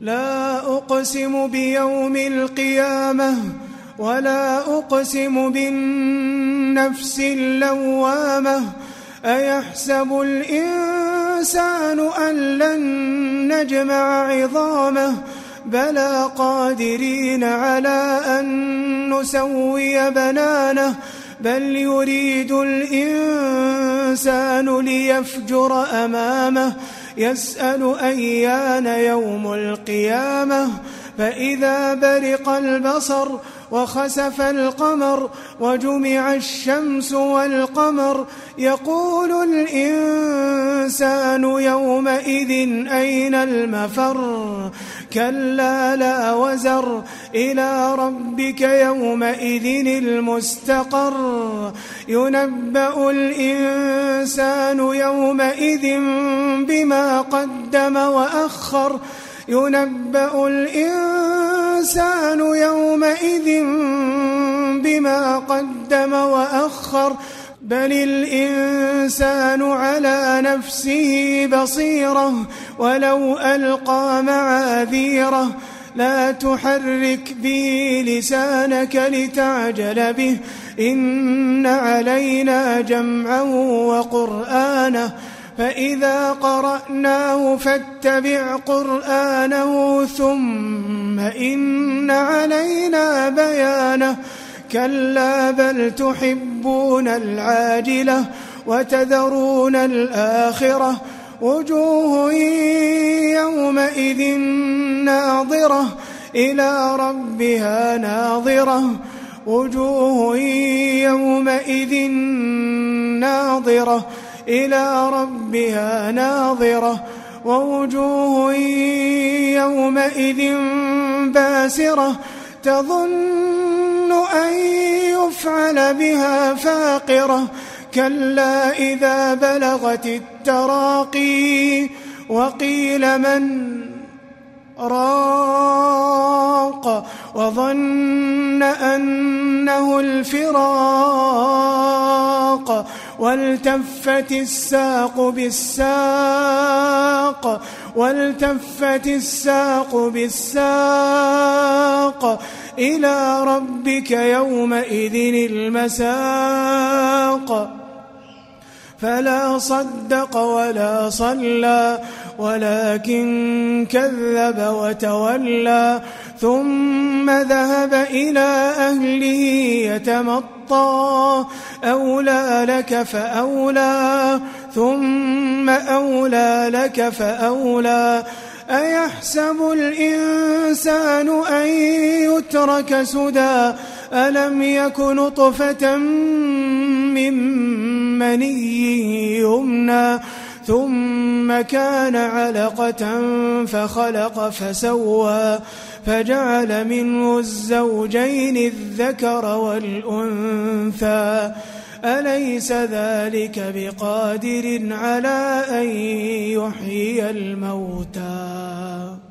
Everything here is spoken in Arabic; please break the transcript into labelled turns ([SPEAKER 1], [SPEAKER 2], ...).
[SPEAKER 1] لا أقسم بيوم القيامة ولا أقسم بالنفس اللوامة أيحسب الإنسان أن لن نجمع عظامه بلى قادرين على أن نسوي بنانه بل يريد الإنسان ليفجر أمامه يسأل أيان يوم القيامة فإذا برق البصر وخسف القمر وجمع الشمس والقمر يقول الإنسان يومئذ أين المفر كلا لا وزر إلى ربك يومئذ المستقر ينبأ الإنسان يومئذ بما قدم وأخر ينبأ الإنسان يومئذ بما قدم وأخر بل الإنسان على نفسه بصيرة ولو ألقى معاذيره لا تحرك به لسانك لتعجل به إن علينا جمعه وقرآنه فإذا قرأناه فاتبع قرآنه ثم إن علينا بيانه كلا بل تحبون العاجلة وتذرون الآخرة وجوه يومئذ ناظرة إلى ربها ناظرة وجوه يومئذ ناظرة إلى ربها ناظرة ووجوه يومئذ باسرة تظن أن يفعل بها فاقرة كلا إذا بلغت التراقي وقيل من راق وظن أنه الفراق والتفت الساق بالساق إلى ربك يومئذ المساق فلا صدق ولا صلى ولكن كذب وتولى ثم ذهب إلى أهله يتمطى أولى لك فأولى ثم أولى لك فأولى أيحسب الإنسان أن يترك سدى ألم يك نطفة من مني يمنى ثم كان علقة فخلق فسوى فجعل منه الزوجين الذكر والأنثى أليس ذلك بقادر على أن يحيي الموتى